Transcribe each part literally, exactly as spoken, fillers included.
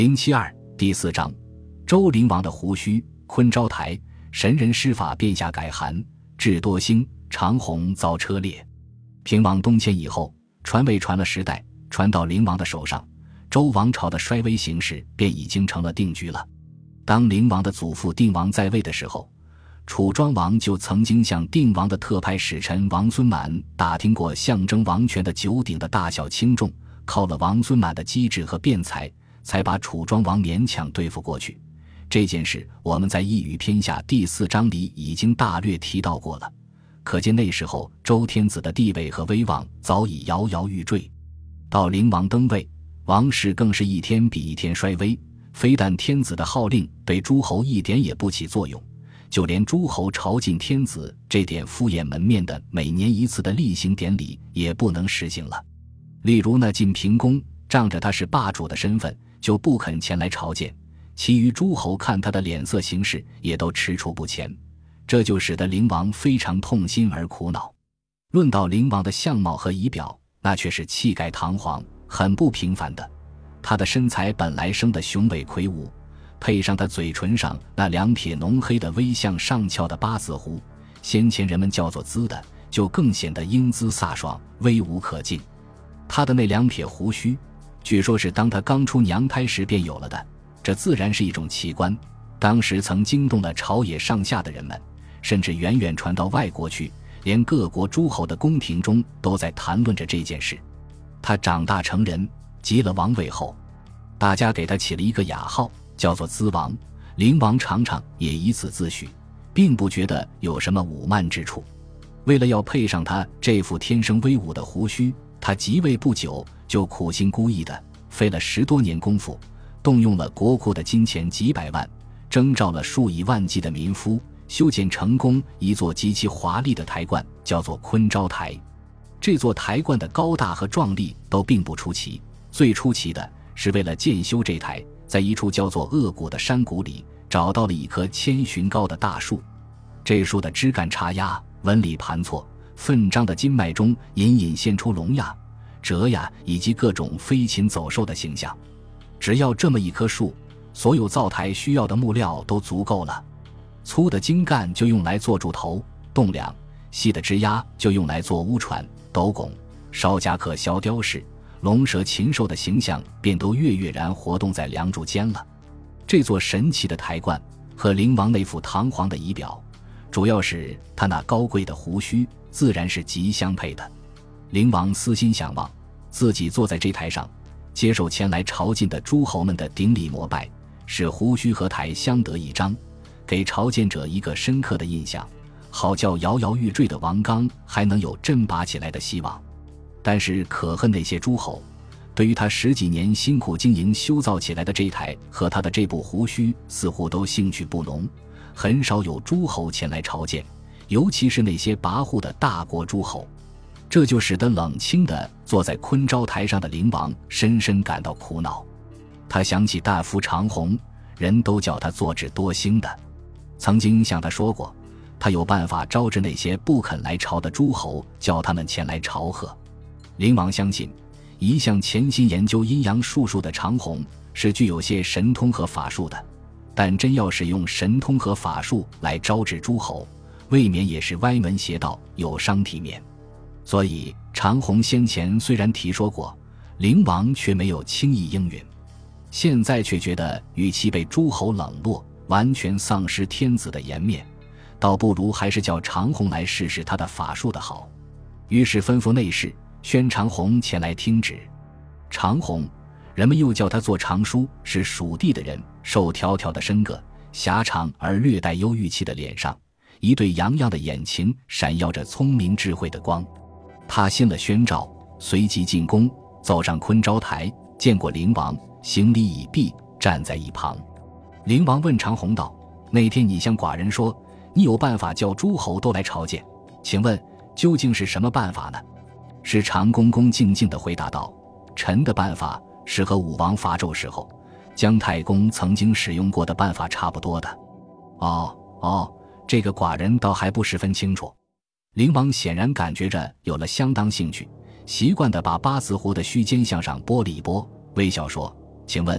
零七二第四章，周灵王的胡须。昆昭台神人施法变下改函，智多星、长虹遭车裂。平王东迁以后，传位传了十代，传到灵王的手上，周王朝的衰微形势便已经成了定局了。当灵王的祖父定王在位的时候，楚庄王就曾经向定王的特派使臣王孙满打听过象征王权的九鼎的大小轻重，靠了王孙满的机智和辩才，才把楚庄王勉强对付过去。这件事我们在一语篇下第四章里已经大略提到过了，可见那时候周天子的地位和威望早已摇摇欲坠。到灵王登位，王室更是一天比一天衰微，非但天子的号令对诸侯一点也不起作用，就连诸侯朝觐天子这点敷衍门面的每年一次的例行典礼也不能实行了。例如那晋平公仗着他是霸主的身份，就不肯前来朝见，其余诸侯看他的脸色行事也都踟蹰不前，这就使得灵王非常痛心而苦恼。论到灵王的相貌和仪表，那却是气概堂皇，很不平凡的。他的身材本来生得雄伟魁梧，配上他嘴唇上那两撇浓黑的微向上翘的八字胡，先前人们叫做姿的，就更显得英姿飒爽，威武可敬。他的那两撇胡须，据说是当他刚出娘胎时便有了的，这自然是一种奇观，当时曾惊动了朝野上下的人们，甚至远远传到外国去，连各国诸侯的宫廷中都在谈论着这件事。他长大成人，即了王位后，大家给他起了一个雅号，叫做姿王。灵王常常也以此自诩，并不觉得有什么武慢之处。为了要配上他这副天生威武的胡须，他即位不久就苦心孤诣的费了十多年功夫，动用了国库的金钱几百万，征召了数以万计的民夫，修建成功一座极其华丽的台观，叫做昆昭台。这座台观的高大和壮丽都并不出奇，最出奇的是为了建修这台，在一处叫做恶谷的山谷里找到了一棵千寻高的大树。这树的枝干插压，纹理盘错，奋张的筋脉中隐隐现出龙呀、折呀以及各种飞禽走兽的形象。只要这么一棵树，所有造台需要的木料都足够了。粗的茎干就用来做柱头、栋梁，细的枝丫就用来做屋船、斗拱，稍加可削雕饰，龙蛇禽兽的形象便都跃跃然活动在梁柱间了。这座神奇的台观和灵王那副堂皇的仪表，主要是他那高贵的胡须，自然是极相配的。灵王私心想望，自己坐在这台上，接受前来朝觐的诸侯们的顶礼膜拜，使胡须和台相得益彰，给朝见者一个深刻的印象，好叫摇摇欲坠的王纲还能有振拔起来的希望。但是可恨那些诸侯，对于他十几年辛苦经营修造起来的这台和他的这部胡须，似乎都兴趣不浓，很少有诸侯前来朝见，尤其是那些跋扈的大国诸侯。这就使得冷清地坐在昆昭台上的灵王深深感到苦恼。他想起大夫长虹，人都叫他做智多星的，曾经向他说过，他有办法招致那些不肯来朝的诸侯，叫他们前来朝贺。灵王相信，一向潜心研究阴阳术数的长虹是具有些神通和法术的，但真要使用神通和法术来招致诸侯，未免也是歪门邪道，有伤体面。所以长虹先前虽然提说过，灵王却没有轻易应允，现在却觉得与其被诸侯冷落，完全丧失天子的颜面，倒不如还是叫长虹来试试他的法术的好。于是吩咐内侍宣长虹前来听旨。长虹，人们又叫他做长叔，是蜀地的人，瘦条条的身个，狭长而略带忧郁气的脸上，一对洋洋的眼睛闪耀着聪明智慧的光。他信了宣诏，随即进宫，走上昆昭台，见过灵王，行礼已毕，站在一旁。灵王问长虹道：那天你向寡人说，你有办法叫诸侯都来朝见，请问究竟是什么办法呢？是长公公静静地回答道：臣的办法是和武王伐纣时候姜太公曾经使用过的办法差不多的。哦哦，这个寡人倒还不十分清楚。灵王显然感觉着有了相当兴趣，习惯地把八字胡的须尖向上拨了一拨，微笑说：请问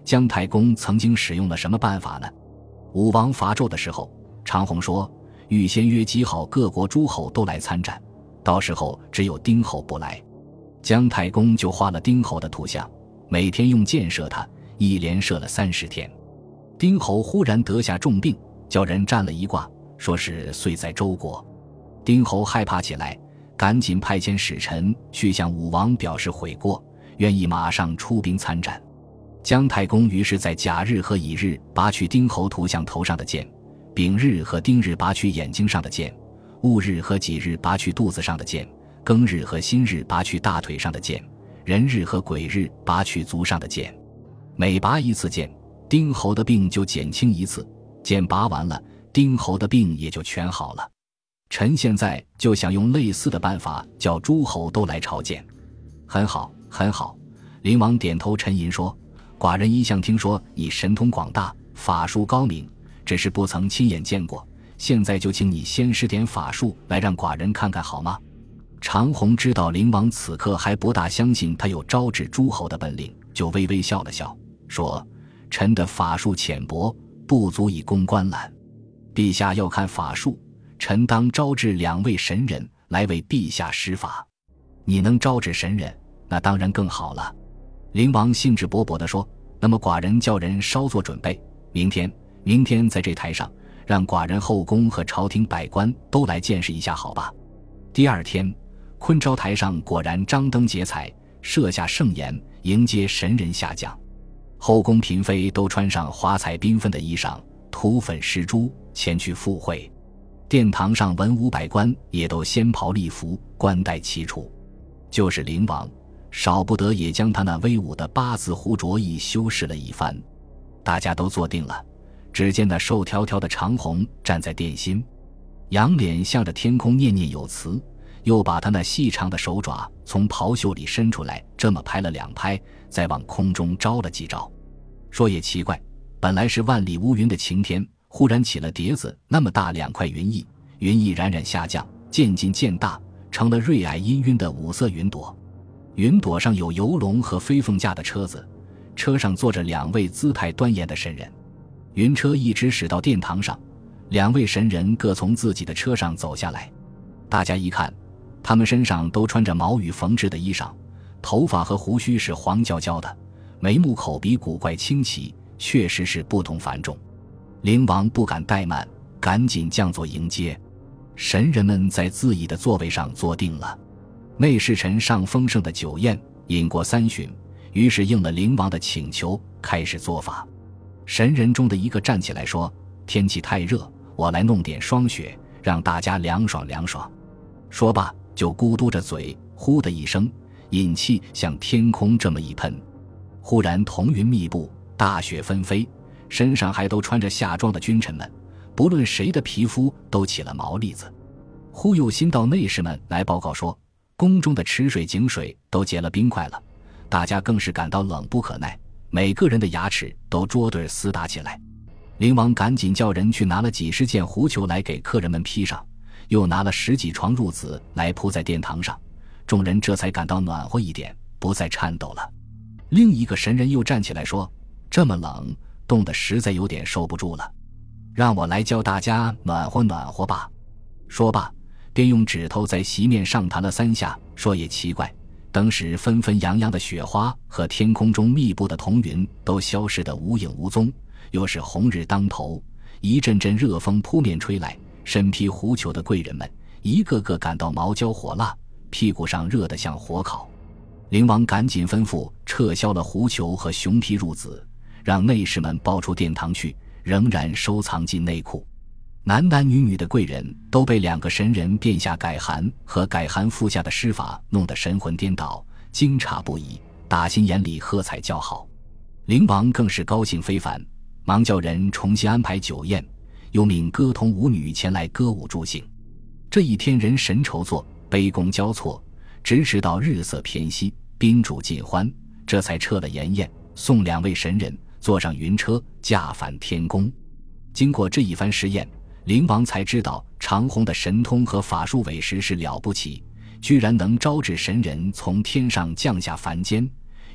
姜太公曾经使用了什么办法呢？武王伐纣的时候，长虹说预先约集好各国诸侯都来参战，到时候只有丁侯不来。姜太公就画了丁侯的图像，每天用箭射他，一连射了三十天。丁侯忽然得下重病，叫人占了一卦，说是岁在周国。丁侯害怕起来，赶紧派遣使臣去向武王表示悔过，愿意马上出兵参战。姜太公于是在甲日和乙日拔去丁侯图像头上的箭，丙日和丁日拔去眼睛上的箭，戊日和己日拔去肚子上的箭，庚日和辛日拔去大腿上的箭，壬日和癸日拔去足上的箭。每拔一次箭，丁侯的病就减轻一次，箭拔完了，丁侯的病也就全好了。臣现在就想用类似的办法叫诸侯都来朝见。很好，很好。灵王点头沉吟说，寡人一向听说你神通广大，法术高明，只是不曾亲眼见过，现在就请你先施点法术来让寡人看看好吗？长虹知道灵王此刻还不大相信他有招致诸侯的本领，就微微笑了笑，说，臣的法术浅薄，不足以攻观览。陛下要看法术，臣当招致两位神人来为陛下施法。你能招致神人，那当然更好了。灵王兴致勃勃地说，那么寡人叫人稍作准备，明天明天在这台上让寡人后宫和朝廷百官都来见识一下好吧。第二天，昆昭台上果然张灯结彩，设下盛筵迎接神人下降。后宫嫔妃都穿上华彩缤纷的衣裳，涂粉施朱，前去赴会。殿堂上文武百官也都仙袍丽服，冠带齐楚。就是灵王少不得也将他那威武的八字胡着意修饰了一番。大家都坐定了，只见那瘦条条的长虹站在殿心，仰脸向着天空念念有词，又把他那细长的手爪从袍袖里伸出来，这么拍了两拍，再往空中招了几招。说也奇怪，本来是万里无云的晴天，忽然起了碟子那么大两块云翳，云翳冉冉下降，渐进渐大，成了瑞霭氤氲的五色云朵。云朵上有游龙和飞凤驾的车子，车上坐着两位姿态端严的神人。云车一直驶到殿堂上，两位神人各从自己的车上走下来。大家一看，他们身上都穿着毛羽缝制的衣裳，头发和胡须是黄焦焦的，眉目口鼻古怪清奇，确实是不同凡众。灵王不敢怠慢，赶紧降座迎接。神人们在自己的座位上坐定了，内侍臣上丰盛的酒宴，饮过三巡，于是应了灵王的请求，开始做法。神人中的一个站起来说，天气太热，我来弄点霜雪，让大家凉爽凉爽。说罢就咕嘟着嘴，呼的一声，引气向天空这么一喷，忽然彤云密布，大雪纷飞，身上还都穿着夏装的君臣们，不论谁的皮肤都起了毛栗子。忽又新到内侍们来报告说，宫中的池水井水都结了冰块了，大家更是感到冷不可耐，每个人的牙齿都捉对厮打起来。灵王赶紧叫人去拿了几十件狐裘来给客人们披上，又拿了十几床褥子来铺在殿堂上，众人这才感到暖和一点，不再颤抖了。另一个神人又站起来说，这么冷，冻得实在有点受不住了，让我来教大家暖和暖和吧。说罢便用指头在席面上弹了三下，说也奇怪，当时纷纷扬扬的雪花和天空中密布的彤云都消失得无影无踪，又是红日当头，一阵阵热风扑面吹来，身披狐裘的贵人们一个个感到毛焦火辣，屁股上热得像火烤。灵王赶紧吩咐撤销了狐裘和熊皮褥子，让内侍们抱出殿堂去，仍然收藏进内库。男男女女的贵人都被两个神人殿下改函和改函附下的施法弄得神魂颠倒，惊诧不已，打心眼里喝彩叫好。灵王更是高兴非凡，忙叫人重新安排酒宴，又命歌童舞女前来歌舞助兴。这一天人神筹措，杯弓交错，直直到日色偏西，宾主尽欢，这才撤了筵宴，送两位神人坐上云车，驾返天宫。经过这一番实验，灵王才知道长虹的神通和法术委实是了不起，居然能招致神人从天上降下凡间，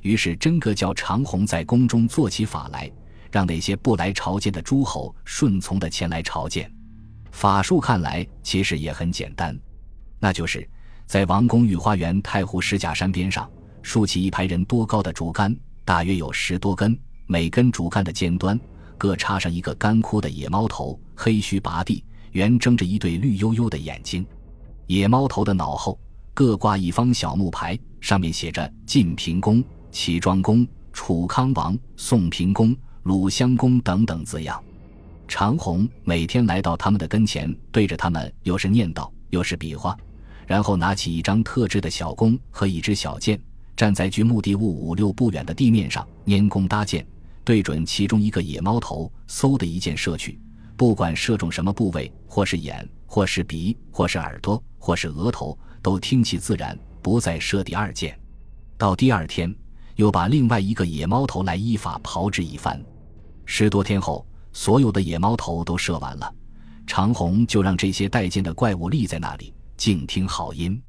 于是真个叫长虹在宫中做起法来，让那些不来朝见的诸侯顺从地前来朝见。法术看来其实也很简单，那就是在王宫御花园太湖石甲山边上竖起一排人多高的竹竿，大约有十多根，每根竹竿的尖端各插上一个干枯的野猫头，黑须拔地，圆睁着一对绿油油的眼睛。野猫头的脑后各挂一方小木牌，上面写着晋平公、齐庄公、楚康王、宋平公、鲁襄公等等字样。长虹每天来到他们的跟前，对着他们又是念叨又是比划，然后拿起一张特制的小弓和一支小箭，站在距墓地物五六步远的地面上拈弓搭箭，对准其中一个野猫头，嗖的一箭射去，不管射中什么部位，或是眼，或是鼻，或是耳朵，或是额头，都听其自然，不再射第二箭。到第二天又把另外一个野猫头来依法炮制一番。十多天后，所有的野猫头都射完了，长虹就让这些带箭的怪物立在那里静听好音。